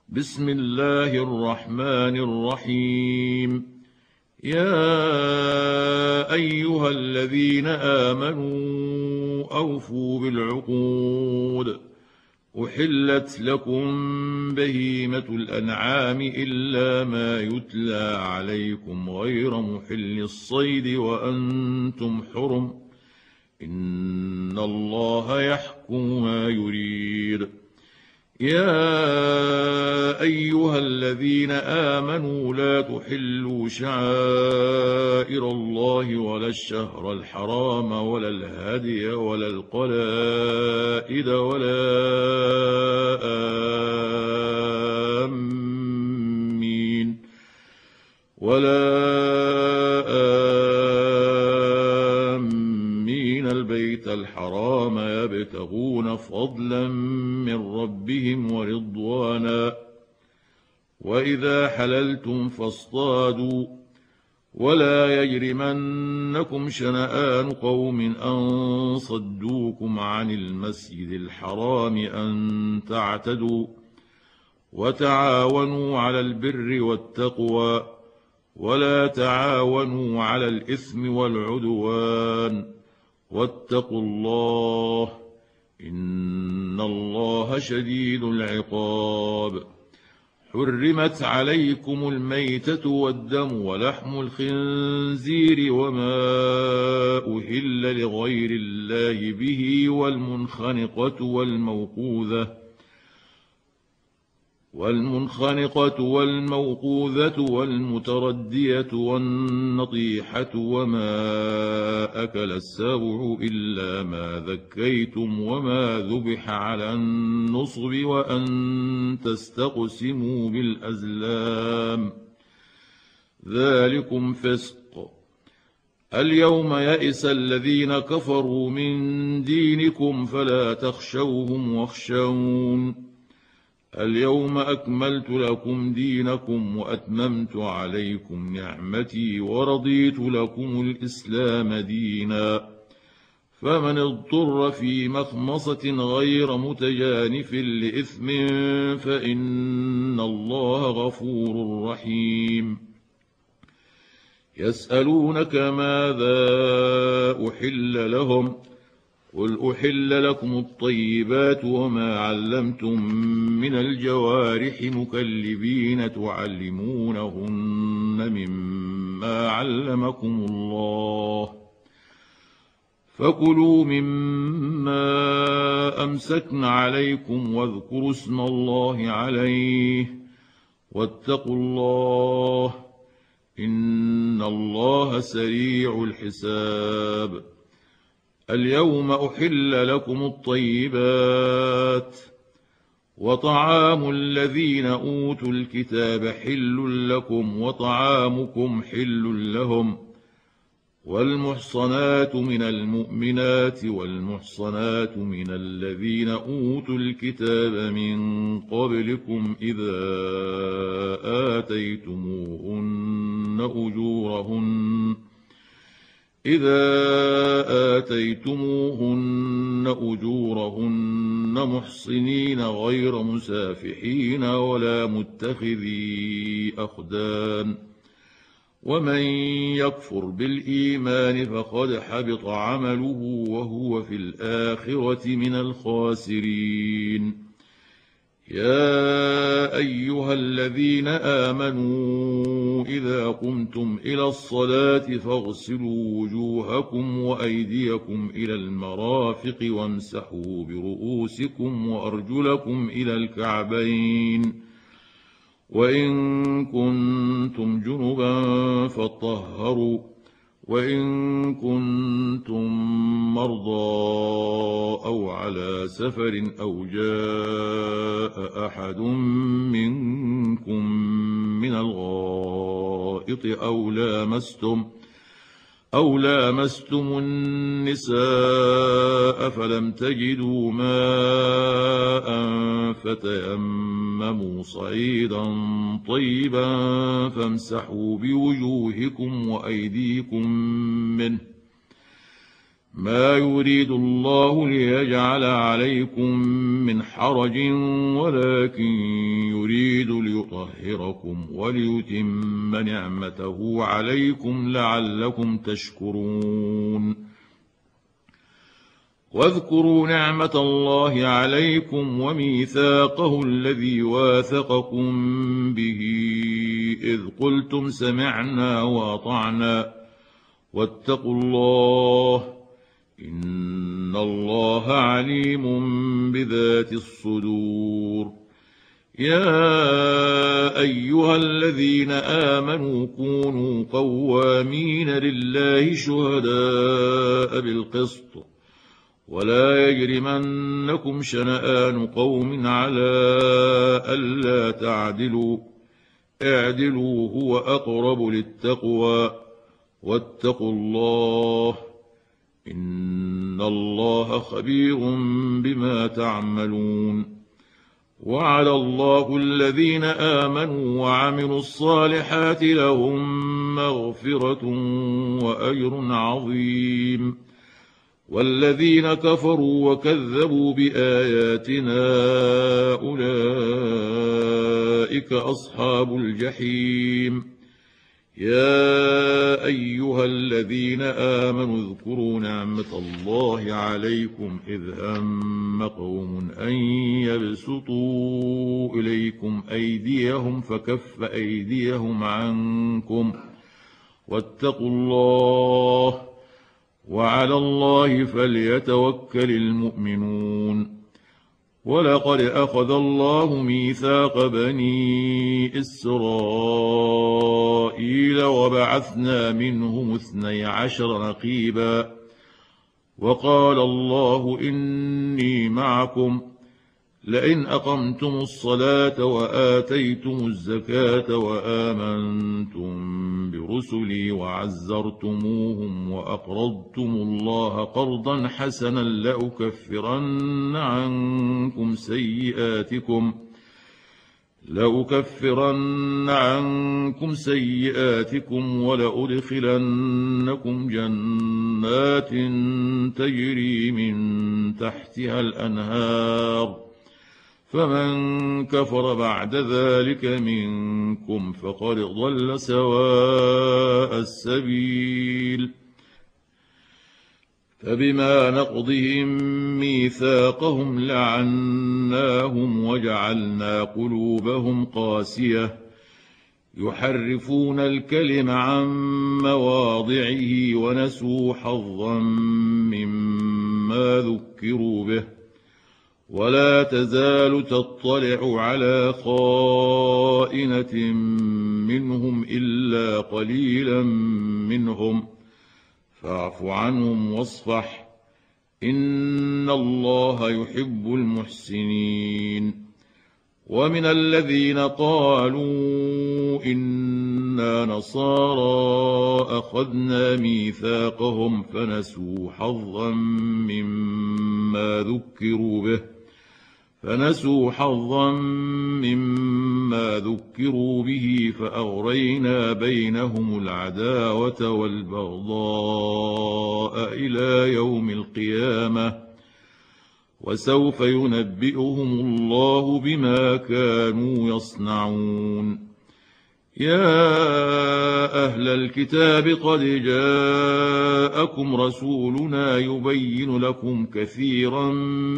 بسم الله الرحمن الرحيم. يا أيها الذين آمنوا أوفوا بالعقود. أحلت لكم بهيمة الأنعام إلا ما يتلى عليكم غير محل الصيد وأنتم حرم، إن الله يحكم ما يريد. يا أيها الذين آمنوا لا تحلوا شعائر الله ولا الشهر الحرام ولا الهدي ولا القلائد ولا آمين البيت الحرام يبتغون فضلا من ربهم ورضوانا. وإذا حللتم فاصطادوا، ولا يجرمنكم شنآن قوم أن صدوكم عن المسجد الحرام أن تعتدوا. وتعاونوا على البر والتقوى، ولا تعاونوا على الإثم والعدوان، واتقوا الله إن الله شديد العقاب. حرمت عليكم الميتة والدم ولحم الخنزير وما أهل لغير الله به والمنخنقة والموقوذة والمتردية والنطيحة وما أكل السبع إلا ما ذكيتم وما ذبح على النصب وأن تستقسموا بالأزلام، ذلكم فسق. اليوم يئس الذين كفروا من دينكم فلا تخشوهم واخشون. اليوم أكملت لكم دينكم وأتممت عليكم نعمتي ورضيت لكم الإسلام دينا. فمن اضطر في مخمصة غير متجانف لإثم فإن الله غفور رحيم. يسألونك ماذا أحل لهم، قل أحل لكم الطيبات وما علمتم من الجوارح مكلبين تعلمونهن مما علمكم الله، فكلوا مما أمسكن عليكم واذكروا اسم الله عليه، واتقوا الله إن الله سريع الحساب. اليوم أحل لكم الطيبات، وطعام الذين أوتوا الكتاب حل لكم وطعامكم حل لهم. والمحصنات من المؤمنات والمحصنات من الذين أوتوا الكتاب من قبلكم إذا آتيتموهن أجورهن محصنين غير مسافحين ولا متخذي أخدان. ومن يكفر بالإيمان فقد حبط عمله وهو في الآخرة من الخاسرين. يا أيها الذين آمنوا إذا قمتم إلى الصلاة فاغسلوا وجوهكم وأيديكم إلى المرافق وامسحوا برؤوسكم وأرجلكم إلى الكعبين، وإن كنتم جنبا فاطهروا، وإن كنتم مرضى أو على سفر أو جاء أحد منكم من الغائط أو لامستم النساء فلم تجدوا ماء فتيمموا صعيدا طيبا فامسحوا بوجوهكم وأيديكم منه ما يريد الله ليجعل عليكم من حرج ولكن يريد ليطهركم وليتم نعمته عليكم لعلكم تشكرون واذكروا نعمة الله عليكم وميثاقه الذي واثقكم به إذ قلتم سمعنا وأطعنا واتقوا الله إن الله عليم بذات الصدور يا أيها الذين آمنوا كونوا قوامين لله شهداء بالقسط ولا يجرمنكم شنآن قوم على ألا تعدلوا اعدلوا هو أقرب للتقوى واتقوا الله إن الله خبير بما تعملون وعلى الله الذين آمنوا وعملوا الصالحات لهم مغفرة وأجر عظيم والذين كفروا وكذبوا بآياتنا أولئك أصحاب الجحيم يا أيها الذين آمنوا اذكروا نعمة الله عليكم إذ هم قوم أن يبسطوا إليكم أيديهم فكف أيديهم عنكم واتقوا الله وعلى الله فليتوكل المؤمنون ولقد أخذ الله ميثاق بني إسرائيل وبعثنا منهم 12 نقيبا وقال الله إني معكم لئن أقمتم الصلاة وآتيتم الزكاة وآمنتم برسلي وعزرتموهم وأقرضتم الله قرضا حسنا لأكفرن عنكم سيئاتكم ولأدخلنكم جنات تجري من تحتها الأنهار فمن كفر بعد ذلك منكم فقد ضل سواء السبيل فبما نقضهم ميثاقهم لعناهم وجعلنا قلوبهم قاسية يحرفون الكلم عن مواضعه ونسوا حظا مما ذكروا به ولا تزال تطلع على خائنة منهم إلا قليلا منهم فاعف عنهم واصفح إن الله يحب المحسنين ومن الذين قالوا إنا نصارى أخذنا ميثاقهم فنسوا حظا مما ذكروا به فأغرينا بينهم العداوة والبغضاء إلى يوم القيامة وسوف ينبئهم الله بما كانوا يصنعون يا أهل الكتاب قد جاءكم رسولنا يبين لكم كثيرا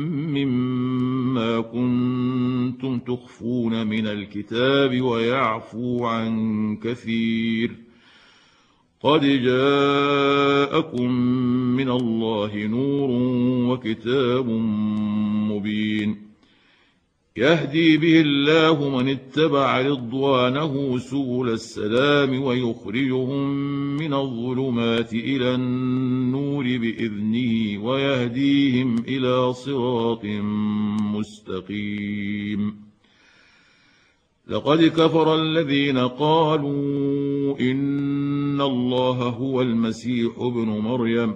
مما كنتم تخفون من الكتاب ويعفو عن كثير قد جاءكم من الله نور وكتاب مبين يهدي به الله من اتبع رضوانه سبل السلام ويخرجهم من الظلمات إلى النور بإذنه ويهديهم إلى صراط مستقيم لقد كفر الذين قالوا إن الله هو المسيح ابن مريم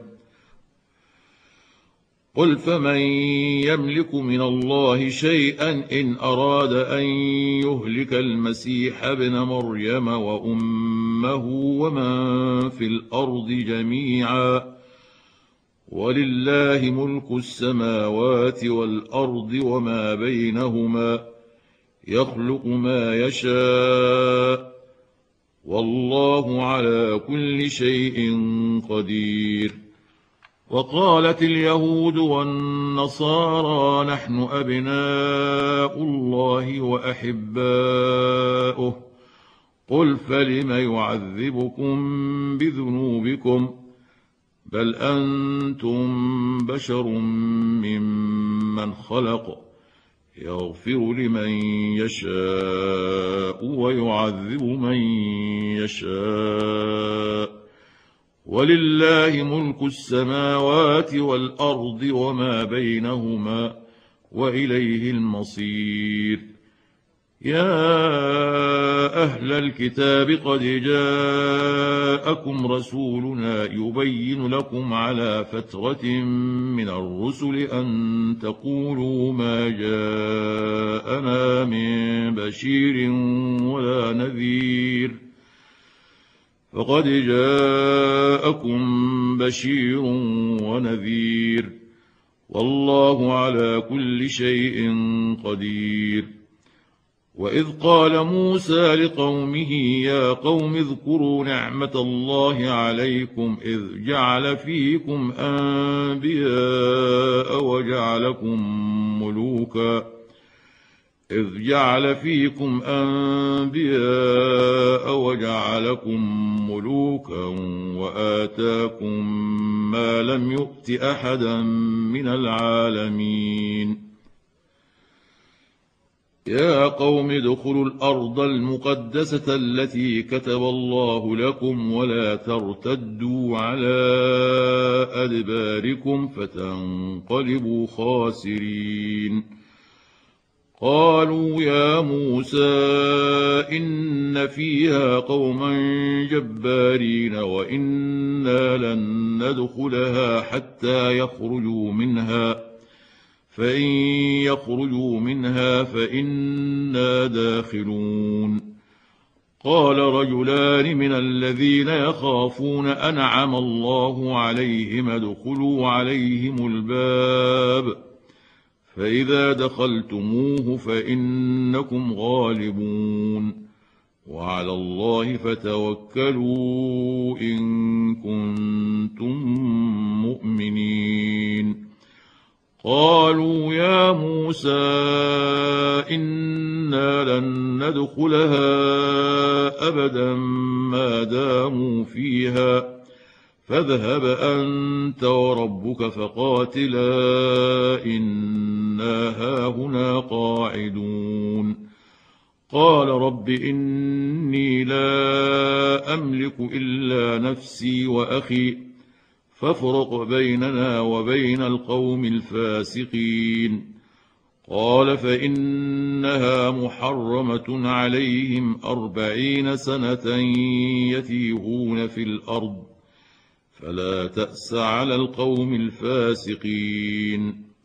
قل فمن يملك من الله شيئا إن أراد أن يهلك المسيح ابن مريم وأمه ومن في الأرض جميعا ولله ملك السماوات والأرض وما بينهما يخلق ما يشاء والله على كل شيء قدير. وقالت اليهود والنصارى نحن أبناء الله وأحباؤه قل فلم يعذبكم بذنوبكم بل أنتم بشر ممن خلق يغفر لمن يشاء ويعذب من يشاء ولله ملك السماوات والأرض وما بينهما وإليه المصير. يا أهل الكتاب قد جاءكم رسولنا يبين لكم على فترة من الرسل أن تقولوا ما جاءنا من بشير ولا نذير فقد جاءكم بشير ونذير والله على كل شيء قدير. وإذ قال موسى لقومه يا قوم اذكروا نعمة الله عليكم إذ جعل فيكم أنبياء وجعلكم ملوكا وآتاكم ما لم يؤت أحدا من العالمين. يا قوم ادخلوا الأرض المقدسة التي كتب الله لكم ولا ترتدوا على أدباركم فتنقلبوا خاسرين. قالوا يا موسى إن فيها قوما جبارين وإنا لن ندخلها حتى يخرجوا منها فإن يخرجوا منها فإنا داخلون. قال رجلان من الذين يخافون أنعم الله عليهم ادخلوا عليهم الباب فإذا دخلتموه فإنكم غالبون وعلى الله فتوكلوا إن كنتم مؤمنين. قالوا يا موسى إنا لن ندخلها أبدا ما داموا فيها فاذهب أنت وربك فقاتلا إنا هاهنا قاعدون. قال رب إني لا أملك إلا نفسي وأخي فافرق بيننا وبين القوم الفاسقين. قال فإنها محرمة عليهم 40 سنة يتيهون في الأرض فلا تأس على القوم الفاسقين.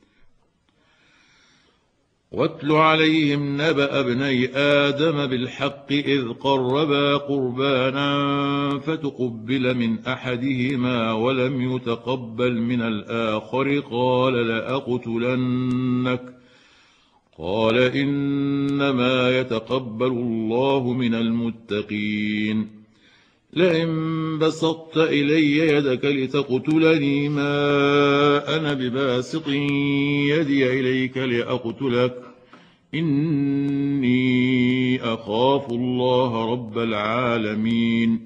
واتل عليهم نبأ ابني آدم بالحق إذ قربا قربانا فتقبل من أحدهما ولم يتقبل من الآخر قال لأقتلنك قال إنما يتقبل الله من المتقين. لئن بسطت إلي يدك لتقتلني ما أنا بباسط يدي إليك لأقتلك إني أخاف الله رب العالمين.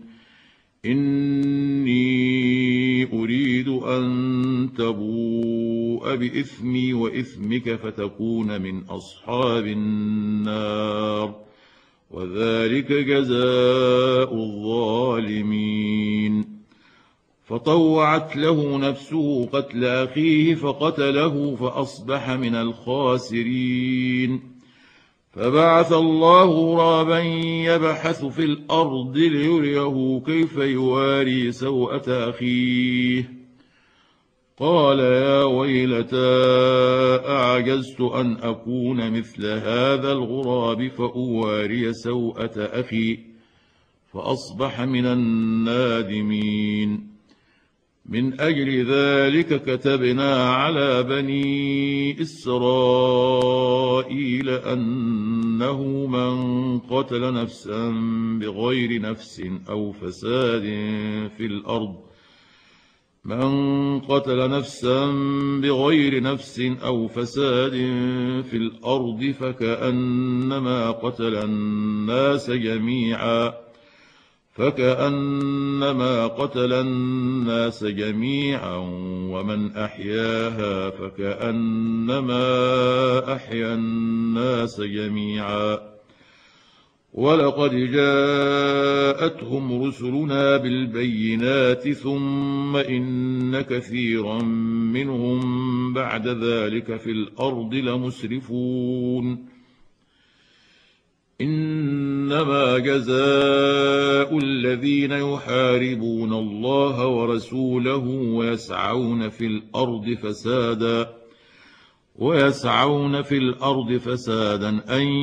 إني أريد أن تبوء بإثمي وإثمك فتكون من أصحاب النار وذلك جزاء الظالمين. فطوعت له نفسه قتل أخيه فقتله فأصبح من الخاسرين. فبعث الله غرابا يبحث في الأرض ليريه كيف يواري سوءة أخيه قال يا ويلتى أعجزت أن أكون مثل هذا الغراب فأواري سوءة أخي فأصبح من النادمين. من أجل ذلك كتبنا على بني إسرائيل أنه من قتل نفسا بغير نفس أو فساد في الأرض فكأنما قتل الناس جميعا ومن أحياها فكأنما أحيا الناس جميعا. ولقد جاءتهم رسلنا بالبينات ثم إن كثيرا منهم بعد ذلك في الأرض لمسرفون. إنما جزاء الذين يحاربون الله ورسوله ويسعون في الأرض فسادا أن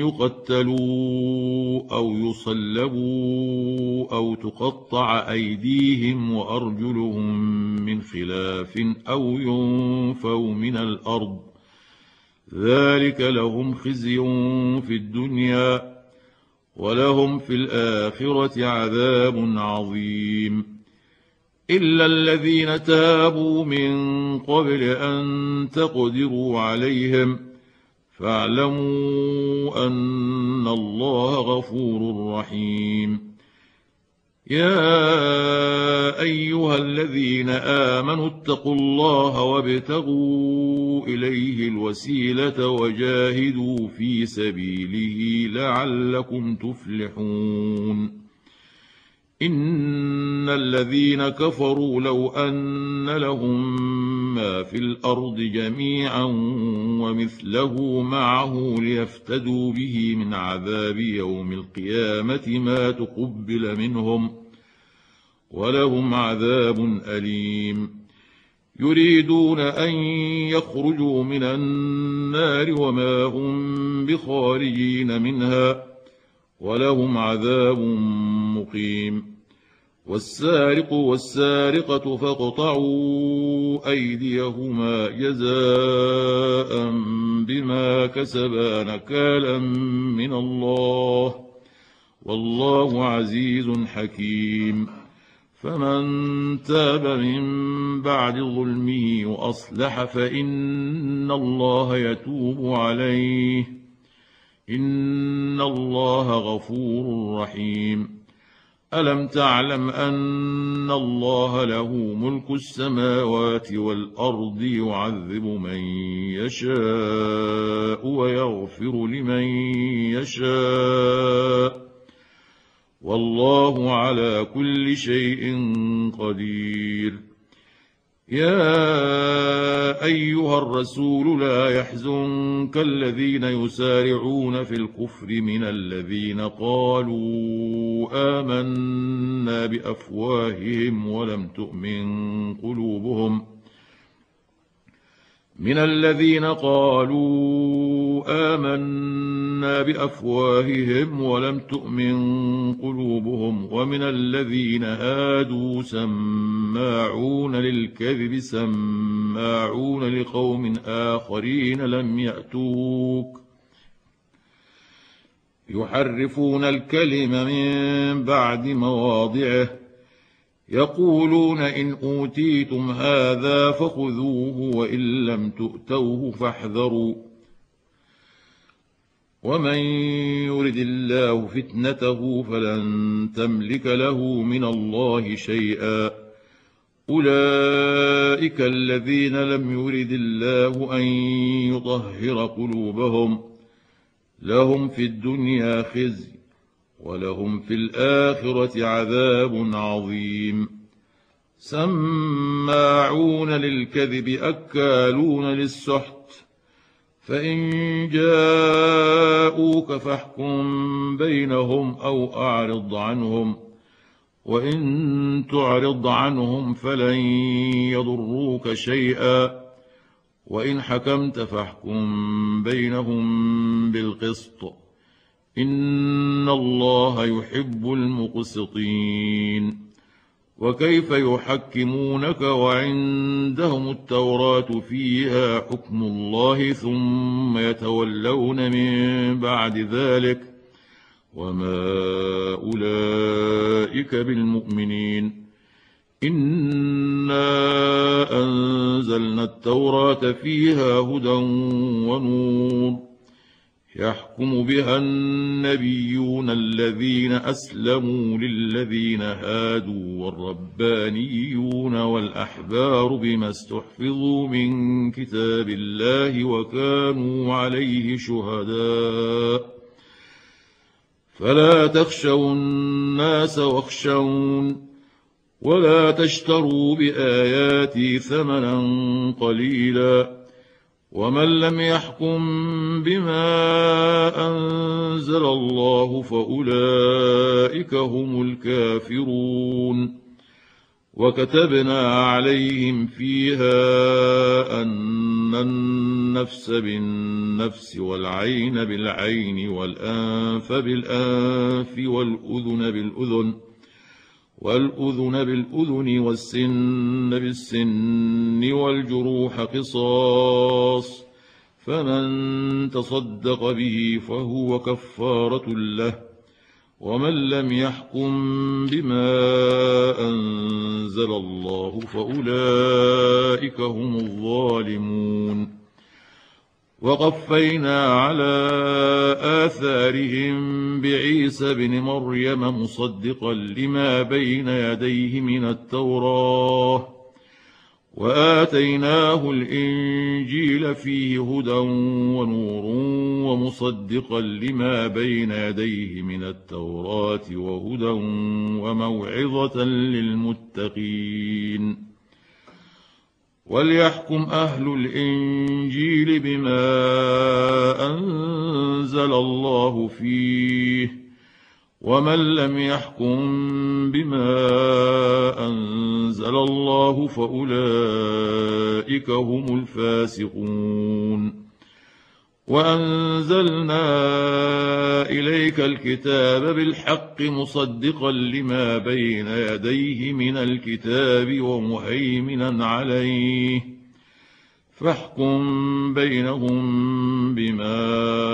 يقتلوا أو يصلبوا أو تقطع أيديهم وأرجلهم من خلاف أو ينفوا من الأرض، ذلك لهم خزي في الدنيا ولهم في الآخرة عذاب عظيم. إلا الذين تابوا من قبل أن تقدروا عليهم فاعلموا أن الله غفور رحيم. يا أيها الذين آمنوا اتقوا الله وابتغوا إليه الوسيلة وجاهدوا في سبيله لعلكم تفلحون. إن الذين كفروا لو أن لهم ما في الأرض جميعا ومثله معه ليفتدوا به من عذاب يوم القيامة ما تقبل منهم ولهم عذاب أليم. يريدون أن يخرجوا من النار وما هم بخارجين منها ولهم عذاب مقيم. والسارق والسارقة فاقطعوا أيديهما جزاء بما كسبا نكالا من الله والله عزيز حكيم. فمن تاب من بعد ظلمه وأصلح فإن الله يتوب عليه إن الله غفور رحيم. ألم تعلم أن الله له ملك السماوات والأرض يعذب من يشاء ويغفر لمن يشاء والله على كل شيء قدير. يا أيها الرسول لا يحزنك الذين يسارعون في الكفر من الذين قالوا آمنا بأفواههم ولم تؤمن قلوبهم ومن الذين هادوا سماعون للكذب سماعون لقوم آخرين لم يأتوك يحرفون الكلم من بعد مواضعه يقولون إن أوتيتم هذا فخذوه وإن لم تؤتوه فاحذروا ومن يرد الله فتنته فلن تملك له من الله شيئا. أولئك الذين لم يرد الله أن يطهر قلوبهم لهم في الدنيا خزي ولهم في الآخرة عذاب عظيم. سماعون للكذب أكالون للسحت فإن جاءوك فاحكم بينهم أو أعرض عنهم وإن تعرض عنهم فلن يضروك شيئا وإن حكمت فاحكم بينهم بالقسط إن الله يحب المقسطين. وكيف يحكمونك وعندهم التوراة فيها حكم الله ثم يتولون من بعد ذلك وما أولئك بالمؤمنين. إنا أنزلنا التوراة فيها هدى ونور يحكم بها النبيون الذين أسلموا للذين هادوا والربانيون والأحبار بما استحفظوا من كتاب الله وكانوا عليه شهداء. فلا تخشوا الناس واخشون ولا تشتروا بآياتي ثمنا قليلا ومن لم يحكم بما أنزل الله فأولئك هم الكافرون. وكتبنا عليهم فيها أن النفس بالنفس والعين بالعين والأنف بالأنف والأذن بالأذن والسن بالسن والجروح قصاص، فمن تصدق به فهو كفارة له، ومن لم يحكم بما أنزل الله فأولئك هم الظالمون. وقفينا على آثارهم بعيسى بن مريم مصدقا لما بين يديه من التوراة وآتيناه الإنجيل فيه هدى ونور ومصدقا لما بين يديه من التوراة وهدى وموعظة للمتقين. وليحكم أهل الإنجيل بما أنزل الله فيه، ومن لم يحكم بما أنزل الله فأولئك هم الفاسقون. وأنزلنا إليك الكتاب بالحق مصدقا لما بين يديه من الكتاب ومهيمنا عليه، فاحكم بينهم بما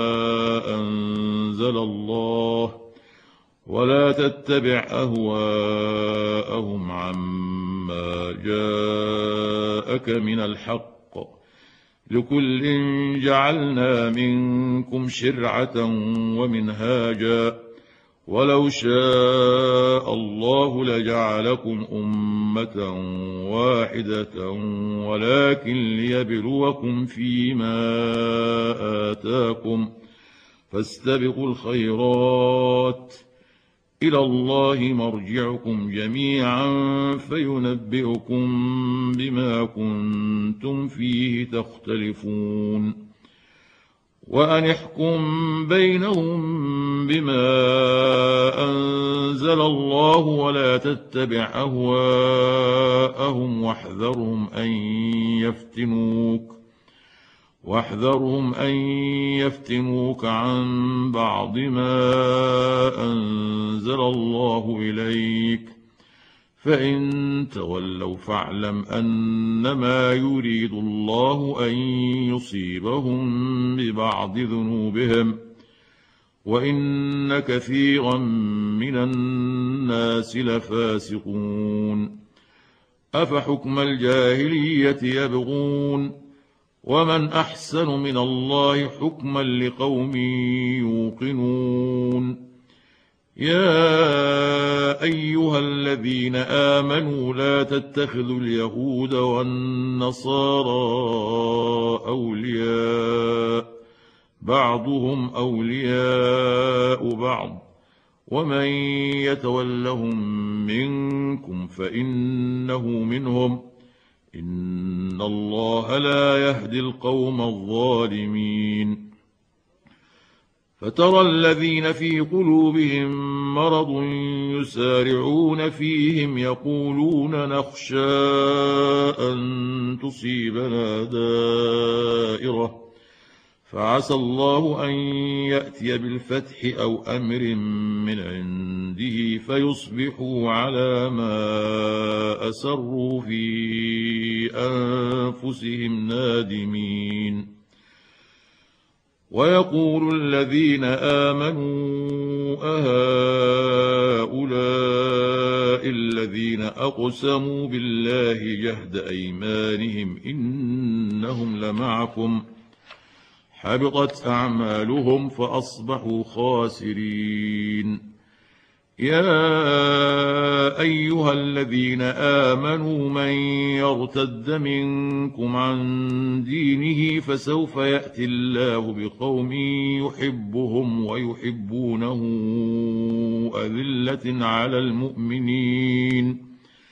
أنزل الله ولا تتبع أهواءهم عما جاءك من الحق، لكل جعلنا منكم شرعة ومنهاجا، ولو شاء الله لجعلكم أمة واحدة ولكن ليبلوكم فيما آتاكم، فاستبقوا الخيرات، إلى الله مرجعكم جميعا فينبئكم بما كنتم فيه تختلفون. وأن احكم بينهم بما أنزل الله ولا تتبع أهواءهم واحذرهم أن يفتنوك عن بعض ما أنزل الله إليك، فإن تولوا فاعلم أنما يريد الله أن يصيبهم ببعض ذنوبهم، وإن كثيرا من الناس لفاسقون. أفحكم الجاهلية يبغون ومن أحسن من الله حكما لقوم يوقنون. يا أيها الذين آمنوا لا تتخذوا اليهود والنصارى أولياء بعضهم أولياء بعض، ومن يتولهم منكم فإنه منهم، إن الله لا يهدي القوم الظالمين. فترى الذين في قلوبهم مرض يسارعون فيهم يقولون نخشى أن تصيبنا دائرة، فعسى الله أن يأتي بالفتح أو أمر من عنده فيصبحوا على ما أسروا في أنفسهم نادمين. ويقول الذين آمنوا أهؤلاء الذين أقسموا بالله جهد أيمانهم إنهم لمعكم حبطت أعمالهم فأصبحوا خاسرين. يا أيها الذين آمنوا من يرتد منكم عن دينه فسوف يأتي الله بقوم يحبهم ويحبونه أذلة على المؤمنين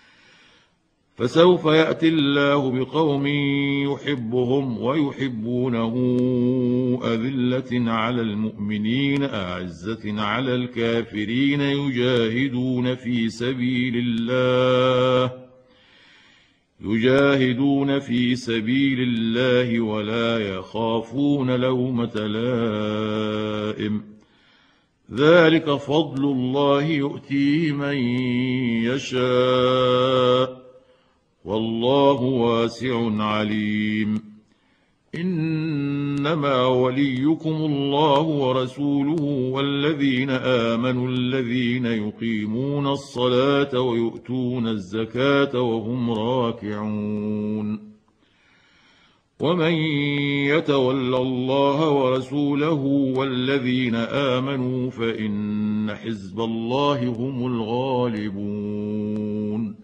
فسوف يأتي الله بقوم يحبهم ويحبونه أذلة على المؤمنين أعزة على الكافرين يجاهدون في سبيل الله ولا يخافون لومة لائم. ذلك فضل الله يؤتيه من يشاء والله واسع عليم. إنما وليكم الله ورسوله والذين آمنوا الذين يقيمون الصلاة ويؤتون الزكاة وهم راكعون. ومن يتول الله ورسوله والذين آمنوا فإن حزب الله هم الغالبون.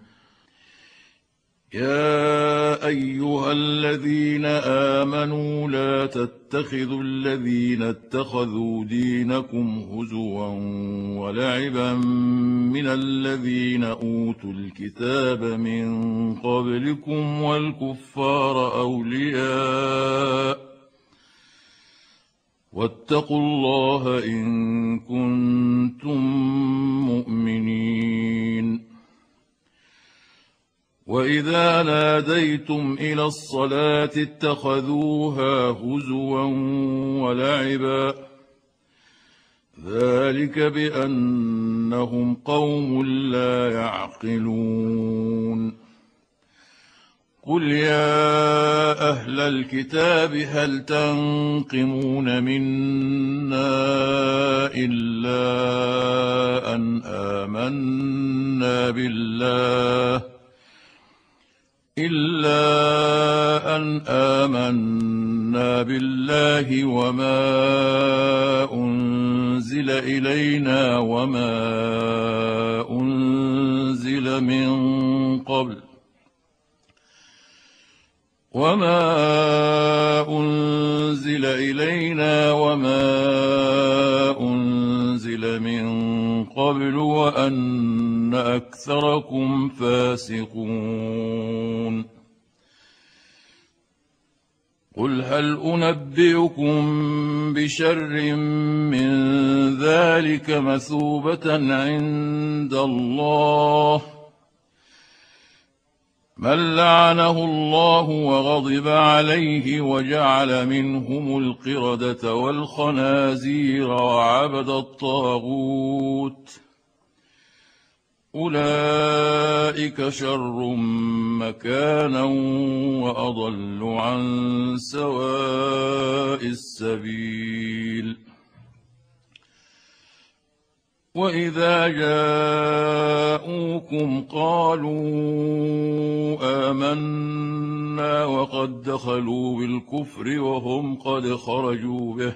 يا أيها الذين آمنوا لا تتخذوا الذين اتخذوا دينكم هزوا ولعبا من الذين أوتوا الكتاب من قبلكم والكفار أولياء واتقوا الله إن كنتم مؤمنين. وإذا ناديتم إلى الصلاة اتخذوها هزوا ولعبا ذلك بأنهم قوم لا يعقلون. قل يا أهل الكتاب هل تنقمون منا إلا أن آمنا بالله وما أنزل إلينا وما أنزل من قبل وأن أكثركم فاسقون. قل هل أنبئكم بشر من ذلك مثوبة عند الله من لعنه الله وغضب عليه وجعل منهم القردة والخنازير وعبد الطاغوت أولئك شر مكانا وأضل عن سواء السبيل. وإذا جاءوكم قالوا آمنا وقد دخلوا بالكفر وهم قد خرجوا به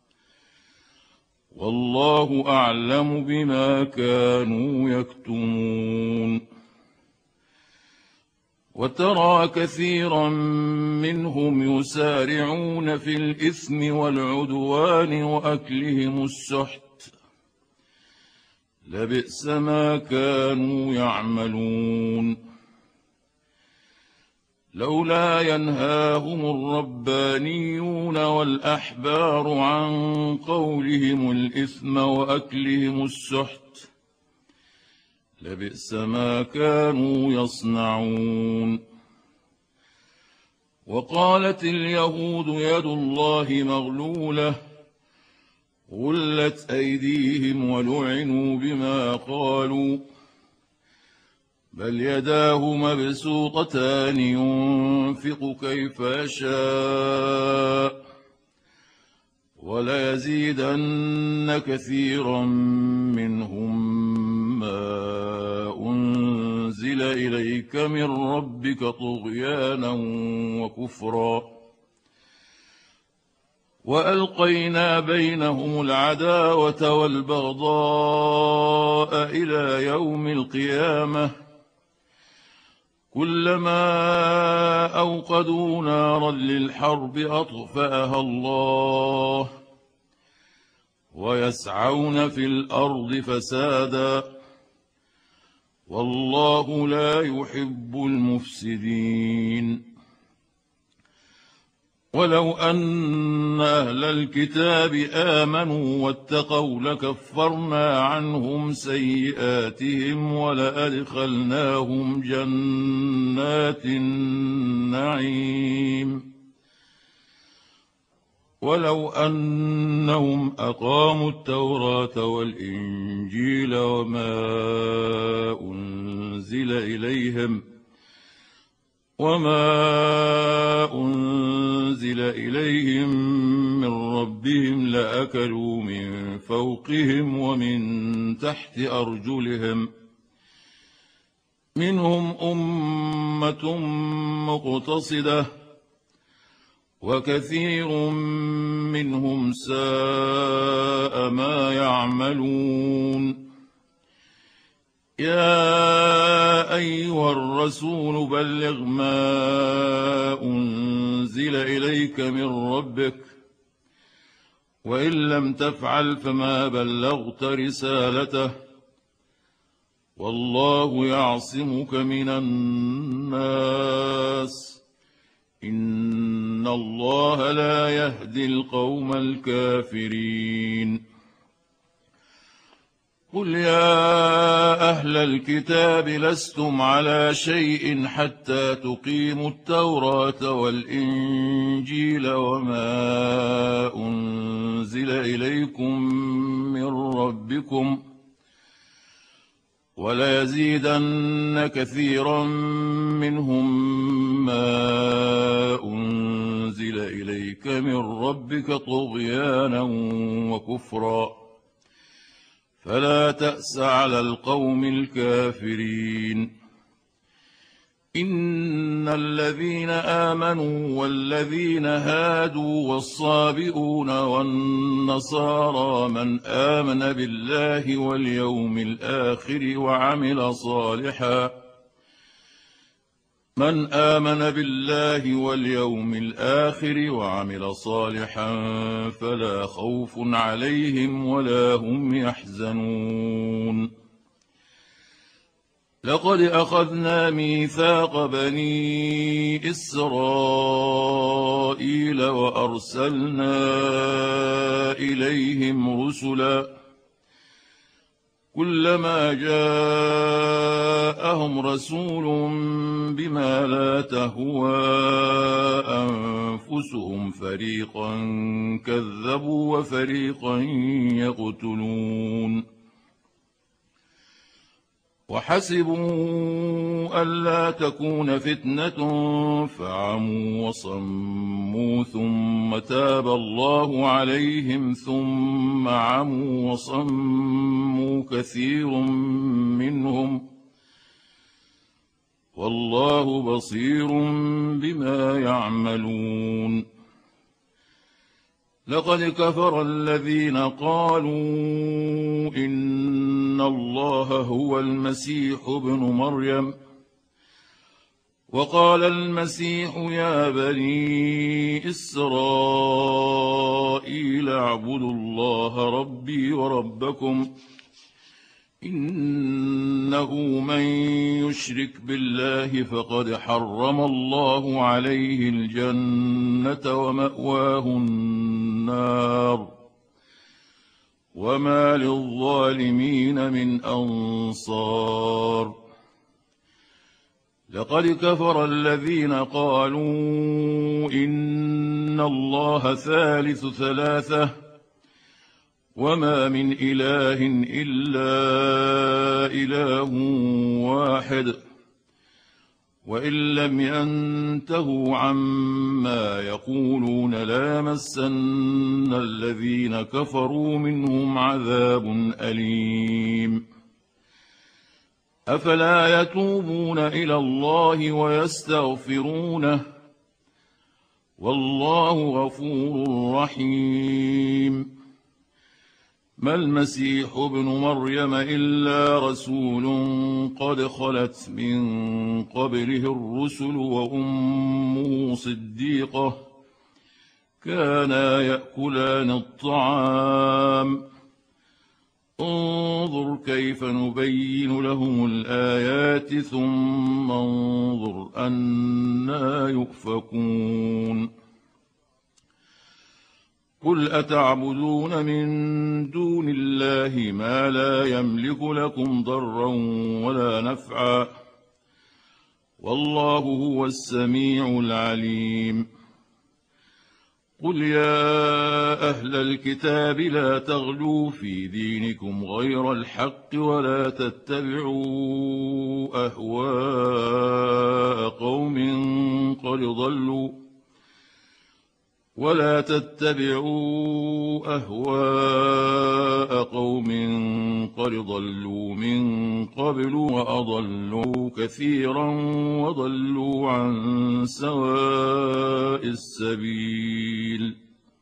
والله أعلم بما كانوا يكتمون. وترى كثيرا منهم يسارعون في الإثم والعدوان وأكلهم السحت لبئس ما كانوا يعملون. لولا ينهاهم الربانيون والأحبار عن قولهم الإثم وأكلهم السحت لبئس ما كانوا يصنعون. وقالت اليهود يد الله مغلولة غلت أيديهم ولعنوا بما قالوا بل يداه مبسوطتان ينفق كيف يشاء وليزيدن كثيرا منهم ما أنزل إليك من ربك طغيانا وكفرا وألقينا بينهم العداوة والبغضاء إلى يوم القيامة كلما أوقدوا نارا للحرب أطفأها الله ويسعون في الأرض فسادا والله لا يحب المفسدين ولو أن أهل الكتاب آمنوا واتقوا لكفرنا عنهم سيئاتهم ولأدخلناهم جنات النعيم ولو أنهم أقاموا التوراة والإنجيل وما أنزل إليهم من ربهم لأكلوا من فوقهم ومن تحت أرجلهم منهم أمة مقتصدة وكثير منهم ساء ما يعملون يا أيها الرسول بلغ ما أنزل إليك من ربك وإن لم تفعل فما بلغت رسالته والله يعصمك من الناس إن الله لا يهدي القوم الكافرين قل يا أهل الكتاب لستم على شيء حتى تقيموا التوراة والإنجيل وما أنزل إليكم من ربكم وليزيدن كثيرا منهم ما أنزل إليك من ربك طغيانا وكفرا فلا تأس على القوم الكافرين إن الذين آمنوا والذين هادوا والصابئون والنصارى من آمن بالله واليوم الآخر وعمل صالحا فلا خوف عليهم ولا هم يحزنون لقد أخذنا ميثاق بني إسرائيل وأرسلنا إليهم رسلا كلما جاءهم رسول بما لا تهوى أنفسهم فريقا كذبوا وفريقا يقتلون وحسبوا ألا تكون فتنة فعموا وصموا ثم تاب الله عليهم ثم عموا وصموا كثير منهم والله بصير بما يعملون لقد كفر الذين قالوا إن الله هو المسيح ابن مريم وقال المسيح يا بني إسرائيل اعبدوا الله ربي وربكم إنه من يشرك بالله فقد حرم الله عليه الجنة ومأواه النار وما للظالمين من أنصار لقد كفر الذين قالوا إن الله ثالث ثلاثة وما من إله إلا إله واحد وإن لم ينتهوا عما يقولون ليمسن الذين كفروا منهم عذاب أليم أفلا يتوبون إلى الله ويستغفرونه والله غفور رحيم ما المسيح ابن مريم إلا رسول قد خلت من قبله الرسل وأمه صديقة كانا يأكلان الطعام انظر كيف نبين لهم الآيات ثم انظر أنى يؤفكون قل أتعبدون من دون الله ما لا يملك لكم ضرا ولا نفعا والله هو السميع العليم قل يا أهل الكتاب لا تغلوا في دينكم غير الحق ولا تتبعوا أهواء قوم قد ضلوا من قبل وأضلوا كثيرا وضلوا عن سواء السبيل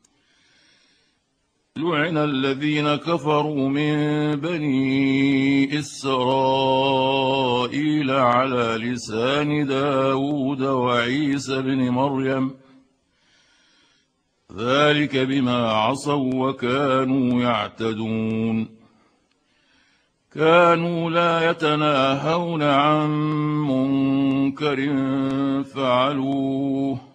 لعن الذين كفروا من بني إسرائيل على لسان داود وعيسى بن مريم ذلك بما عصوا وكانوا يعتدون كانوا لا يتناهون عن منكر فعلوه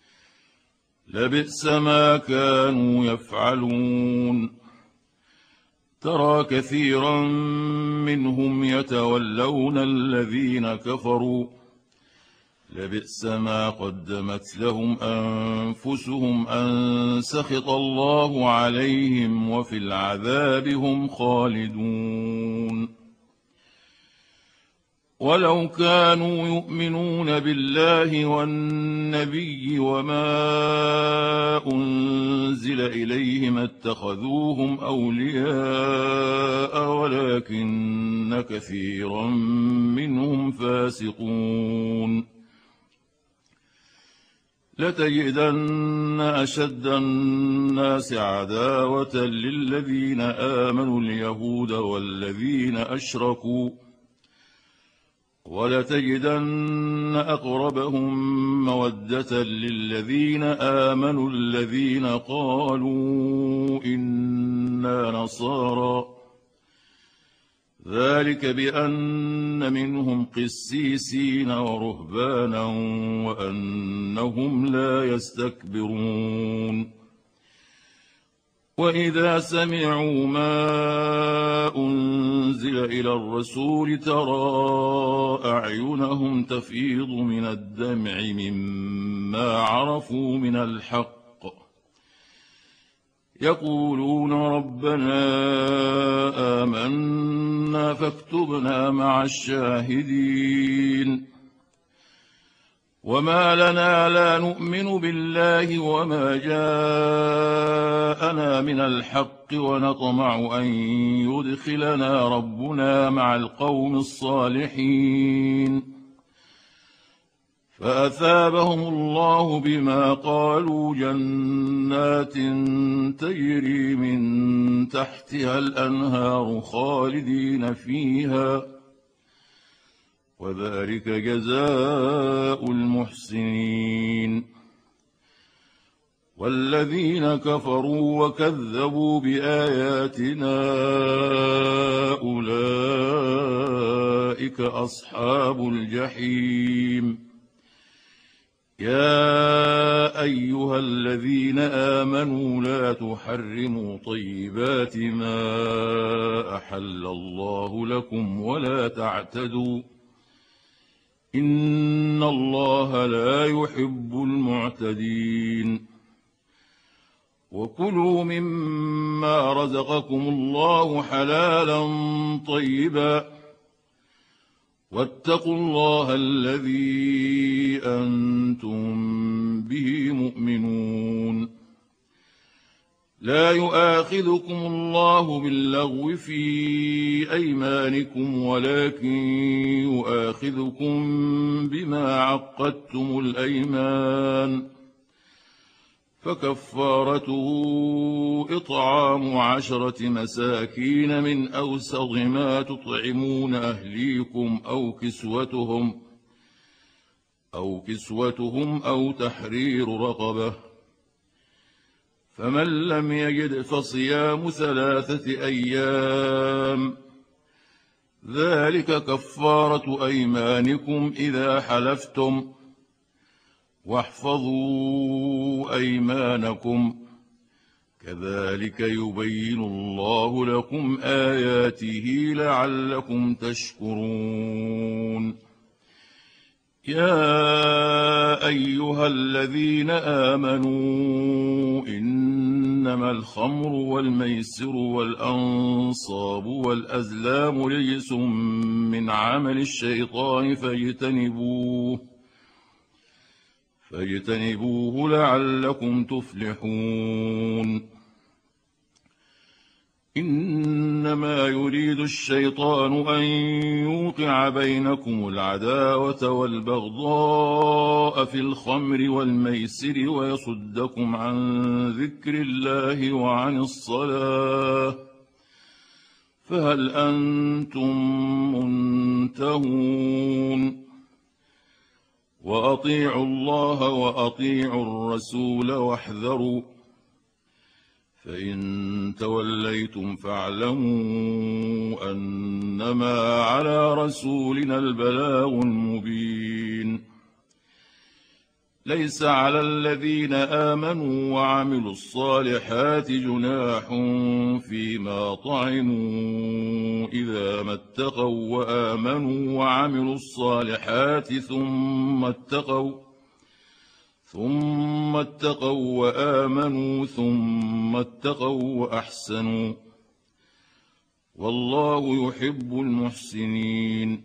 لبئس ما كانوا يفعلون ترى كثيرا منهم يتولون الذين كفروا لبئس ما قدمت لهم أنفسهم أن سخط الله عليهم وفي العذاب هم خالدون ولو كانوا يؤمنون بالله والنبي وما أنزل إليه ما اتخذوهم أولياء ولكن كثيرا منهم فاسقون لتجدن أشد الناس عداوة للذين آمنوا اليهود والذين أشركوا ولتجدن أقربهم مودة للذين آمنوا الذين قالوا إنا نصارى ذلك بأن منهم قسيسين ورهبانا وأنهم لا يستكبرون وإذا سمعوا ما أنزل إلى الرسول ترى أعينهم تفيض من الدمع مما عرفوا من الحق يقولون ربنا آمنا فاكتبنا مع الشاهدين وما لنا لا نؤمن بالله وما جاءنا من الحق ونطمع أن يدخلنا ربنا مع القوم الصالحين فأثابهم الله بما قالوا جنات تجري من تحتها الأنهار خالدين فيها وذلك جزاء المحسنين والذين كفروا وكذبوا بآياتنا أولئك أصحاب الجحيم يا أيها الذين آمنوا لا تحرموا طيبات ما أحل الله لكم ولا تعتدوا إن الله لا يحب المعتدين. وكلوا مما رزقكم الله حلالا طيبا واتقوا الله الذي أنتم به مؤمنون. لا يؤاخذكم الله باللغو في أيمانكم ولكن يؤاخذكم بما عقدتم الأيمان، فكفارته إطعام 10 مساكين من أوسط ما تطعمون أهليكم أو كسوتهم أو تحرير رقبة، فمن لم يجد فصيام 3 أيام، ذلك كفارة أيمانكم إذا حلفتم، واحفظوا أيمانكم، كذلك يبين الله لكم آياته لعلكم تشكرون. يا أيها الذين آمنوا إنما الخمر والميسر والأنصاب والأزلام رجس من عمل الشيطان فاجتنبوه لعلكم تفلحون. إنما يريد الشيطان أن يوقع بينكم العداوة والبغضاء في الخمر والميسر ويصدكم عن ذكر الله وعن الصلاة، فهل أنتم منتهون؟ وأطيعوا الله وأطيعوا الرسول واحذروا، فإن توليتم فاعلموا أنما على رسولنا البلاغ المبين. ليس على الذين آمنوا وعملوا الصالحات جناح فيما طعموا إذا ما اتقوا وآمنوا وعملوا الصالحات ثم اتقوا وآمنوا ثم اتقوا وأحسنوا، والله يحب المحسنين.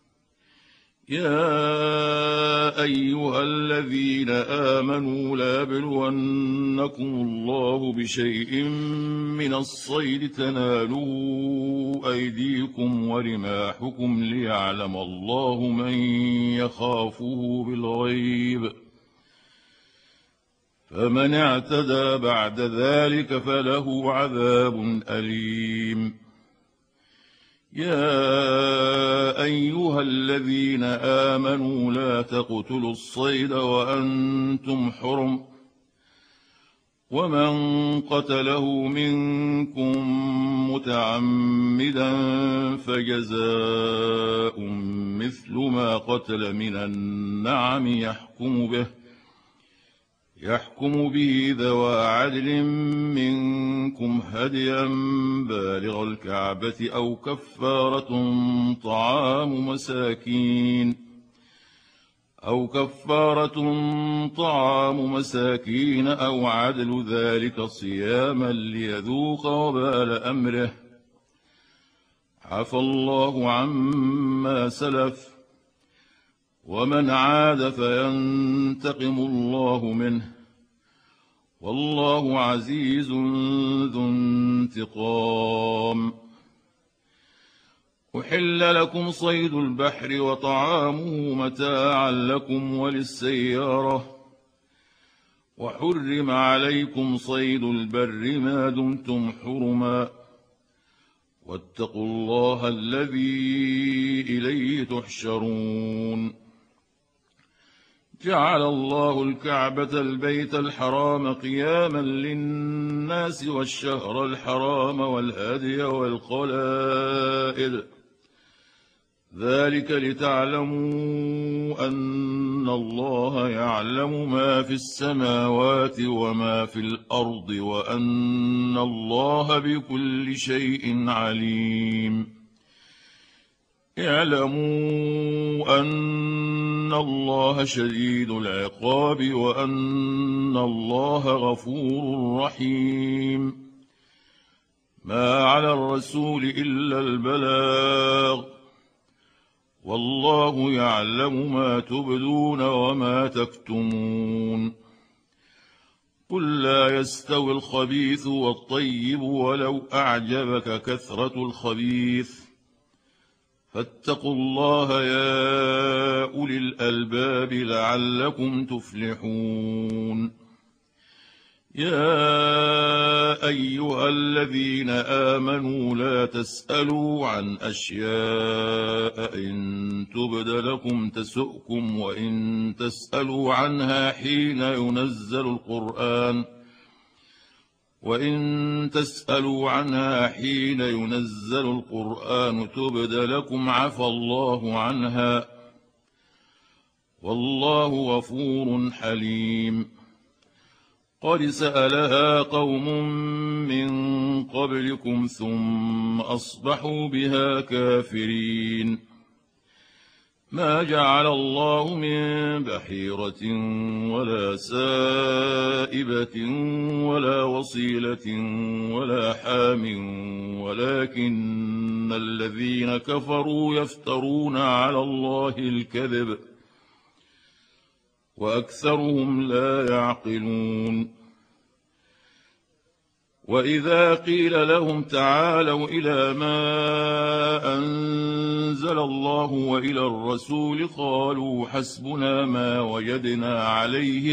يا أيها الذين آمنوا لا يبلونكم الله بشيء من الصيد تنالوا أيديكم ورماحكم ليعلم الله من يخافه بالغيب، فمن اعتدى بعد ذلك فله عذاب أليم. يا أيها الذين آمنوا لا تقتلوا الصيد وأنتم حرم، ومن قتله منكم متعمدا فجزاء مثل ما قتل من النعم يحكم به ذوى عدل منكم هديا بالغ الكعبة أو كفارة طعام مساكين أو عدل ذلك صياما ليذوق وبال أمره، عفى الله عما سلف، ومن عاد فينتقم الله منه، والله عزيز ذو انتقام. أحل لكم صيد البحر وطعامه متاعا لكم وللسيارة، وحرم عليكم صيد البر ما دمتم حرما، واتقوا الله الذي إليه تحشرون. جعل الله الكعبة البيت الحرام قياما للناس والشهر الحرام والهدي والقلائد، ذلك لتعلموا أن الله يعلم ما في السماوات وما في الأرض وأن الله بكل شيء عليم. اعلموا أن الله شديد العقاب وأن الله غفور رحيم. ما على الرسول إلا البلاغ، والله يعلم ما تبدون وما تكتمون. قل لا يستوي الخبيث والطيب ولو أعجبك كثرة الخبيث، فاتقوا الله يا أولي الألباب لعلكم تفلحون. يا أيها الذين آمنوا لا تسألوا عن أشياء إن تبد لكم تسؤكم، وإن تسألوا عنها حين ينزل القرآن تبد لكم عفى الله عنها، والله غفور حليم. قد سألها قوم من قبلكم ثم أصبحوا بها كافرين. ما جعل الله من بحيرة ولا سائبة ولا وصيلة ولا حام، ولكن الذين كفروا يفترون على الله الكذب، وأكثرهم لا يعقلون. وإذا قيل لهم تعالوا إلى ما أنزل الله وإلى الرسول قالوا حسبنا ما وجدنا عليه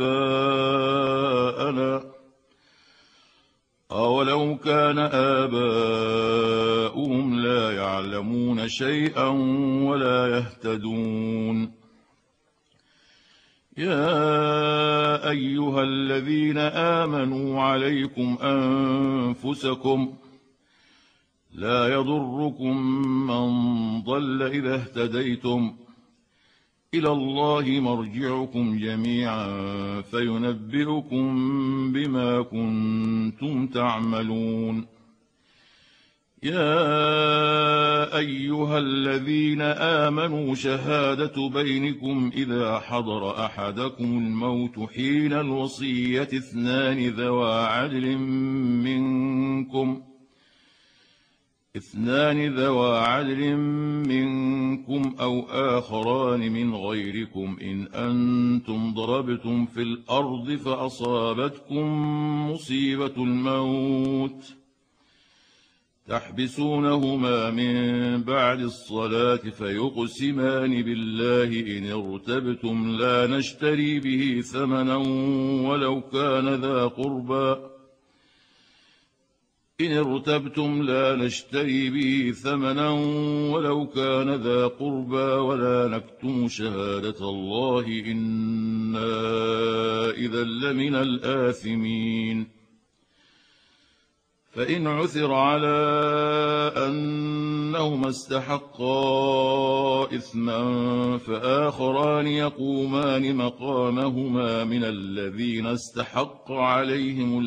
آباءنا، أولو كان آباؤهم لا يعلمون شيئا ولا يهتدون. يا أيها الذين آمنوا عليكم أنفسكم، لا يضركم من ضل إذا اهتديتم، إلى الله مرجعكم جميعا فينبئكم بما كنتم تعملون. يا أيها الذين آمنوا شهادة بينكم إذا حضر أحدكم الموت حين الوصية اثنان ذوى عدل منكم أو آخران من غيركم إن أنتم ضربتم في الأرض فأصابتكم مصيبة الموت تحبسونهما من بعد الصلاة فيقسمان بالله إن ارتبتم لا نشتري به ثمنا ولو كان ذا قربى ولا نكتم شهادة الله إنا إذا لمن الآثمين. فإن عثر على أنهما استحقا إثما فآخران يقومان مقامهما من الذين استحق عليهم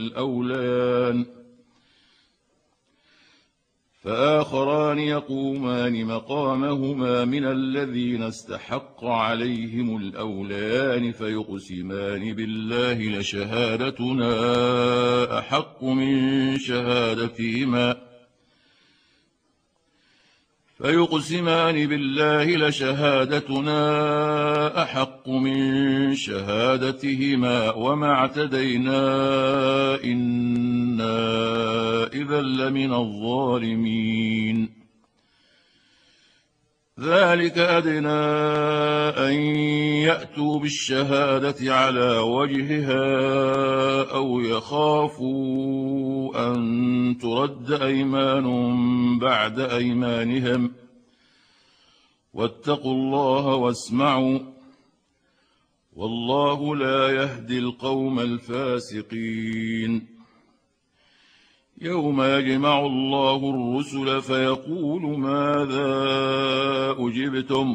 الأوليان فيقسمان بالله لشهادتنا أحق من شهادتهما وما اعتدينا إنا إذا لمن الظالمين. ذلك أدنى أن يأتوا بالشهادة على وجهها أو يخافوا أن ترد أيمان بعد أيمانهم، واتقوا الله واسمعوا، والله لا يهدي القوم الفاسقين. يوم يجمع الله الرسل فيقول ماذا أجبتم؟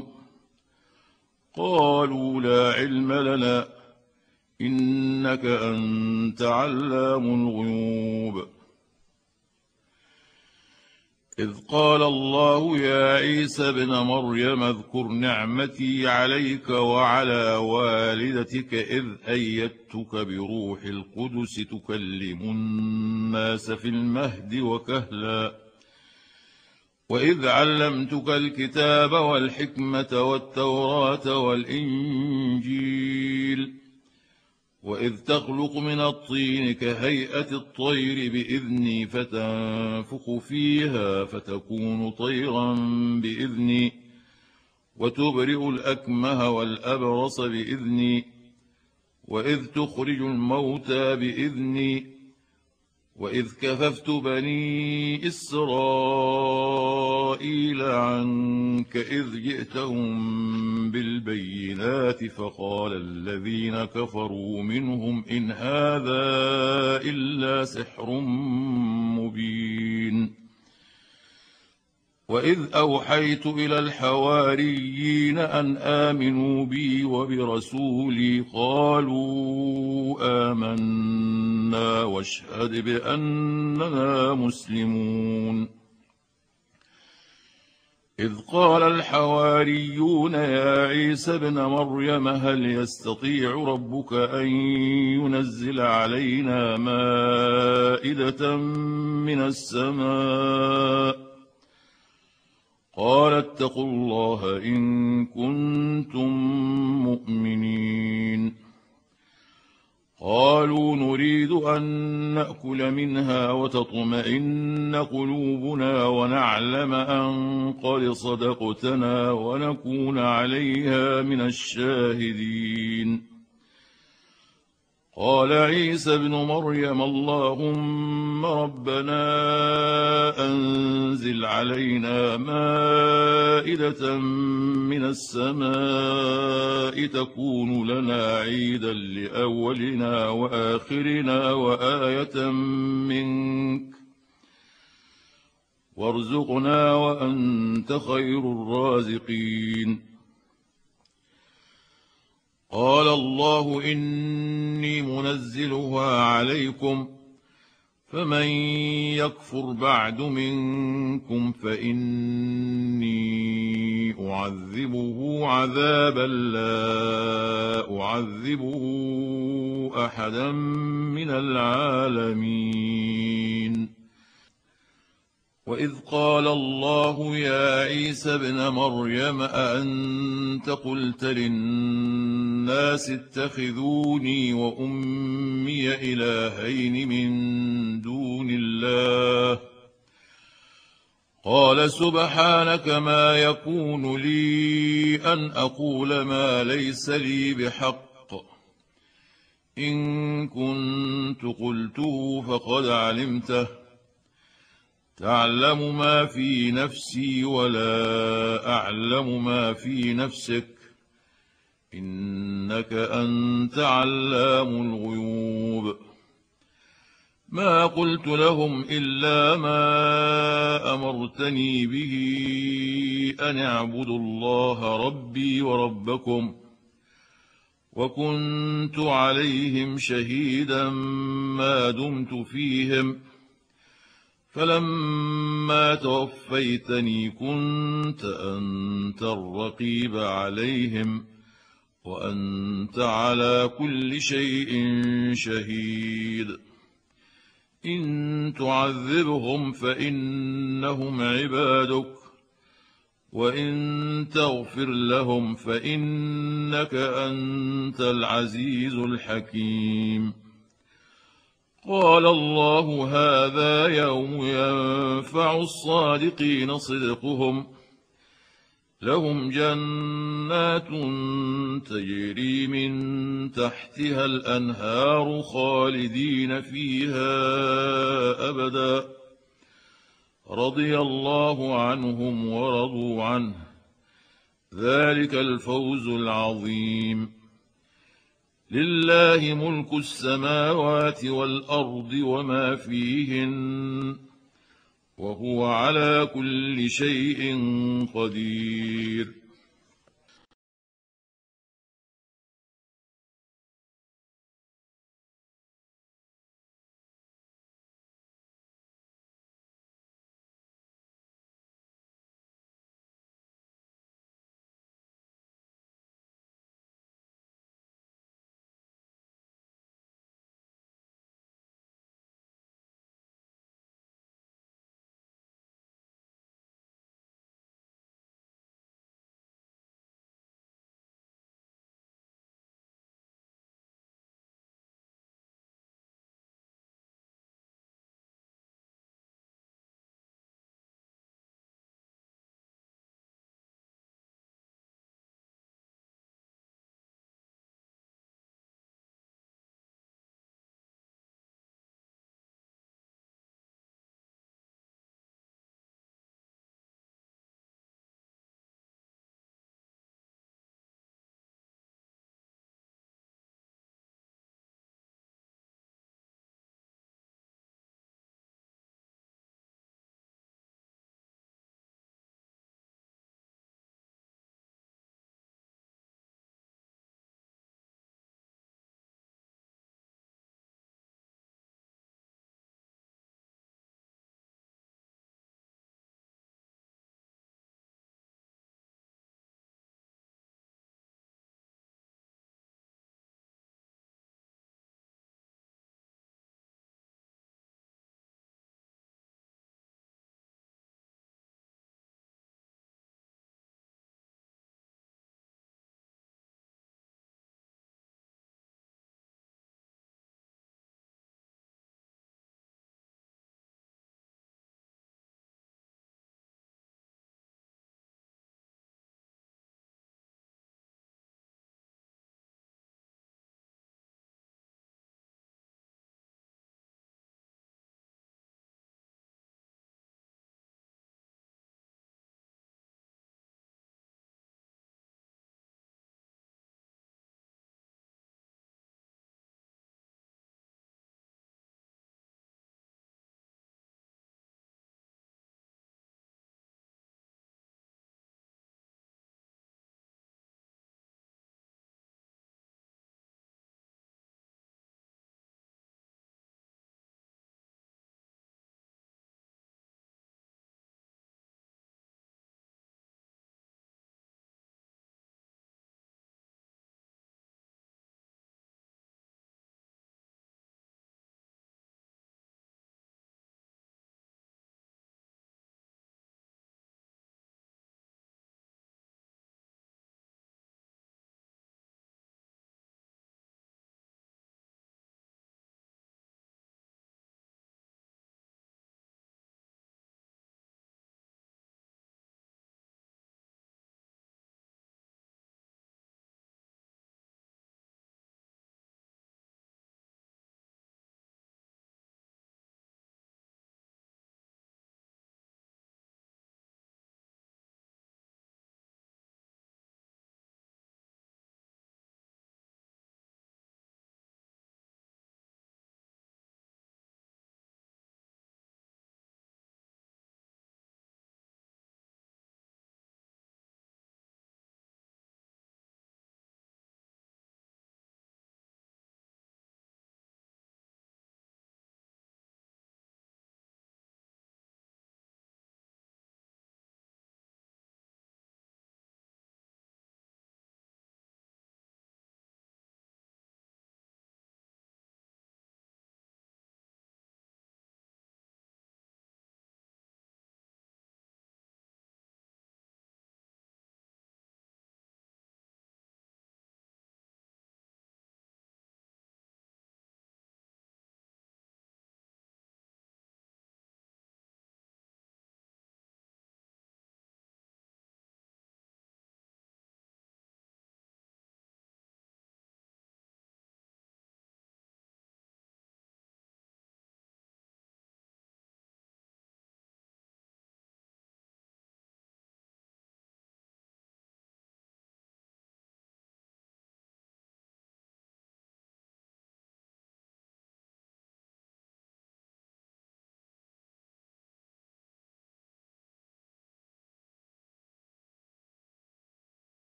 قالوا لا علم لنا إنك أنت علام الغيوب. إذ قال الله يا عيسى ابن مريم اذكر نعمتي عليك وعلى والدتك إذ أيدتك بروح القدس تكلم الناس في المهد وكهلا وإذ علمتك الكتاب والحكمة والتوراة والإنجيل وإذ تخلق من الطين كهيئة الطير بإذني فتنفخ فيها فتكون طيرا بإذني وتبرئ الأكمه والأبرص بإذني وإذ تخرج الموتى بإذني وإذ كففت بني إسرائيل عنك إذ جئتهم بالبينات فقال الذين كفروا منهم إن هذا إلا سحر مبين وإذ أوحيت إلى الحواريين أن آمنوا بي وبرسولي قالوا آمنا واشهد بأننا مسلمون إذ قال الحواريون يا عيسى ابن مريم هل يستطيع ربك أن ينزل علينا مائدة من السماء قال اتقوا الله إن كنتم مؤمنين قالوا نريد أن نأكل منها وتطمئن قلوبنا ونعلم أن قد صدقتنا ونكون عليها من الشاهدين قال عيسى ابن مريم اللهم ربنا أنزل علينا مائدة من السماء تكون لنا عيدا لأولنا وآخرنا وآية منك وارزقنا وأنت خير الرازقين قال الله إني منزلها عليكم فمن يكفر بعد منكم فإني أعذبه عذابا لا أعذبه أحدا من العالمين وإذ قال الله يا عيسى ابن مريم أأنت قلت للناس اتخذوني وأمي إلهين من دون الله قال سبحانك ما يكون لي أن أقول ما ليس لي بحق إن كنت قلته فقد علمته تعلم ما في نفسي ولا أعلم ما في نفسك إنك أنت علام الغيوب ما قلت لهم إلا ما أمرتني به أن اعبدوا الله ربي وربكم وكنت عليهم شهيدا ما دمت فيهم فلما توفيتني كنت أنت الرقيب عليهم وأنت على كل شيء شهيد إن تعذبهم فإنهم عبادك وإن تغفر لهم فإنك أنت العزيز الحكيم قال الله هذا يوم ينفع الصادقين صدقهم لهم جنات تجري من تحتها الأنهار خالدين فيها أبدا رضي الله عنهم ورضوا عنه ذلك الفوز العظيم لله ملك السماوات والأرض وما فيهن وهو على كل شيء قدير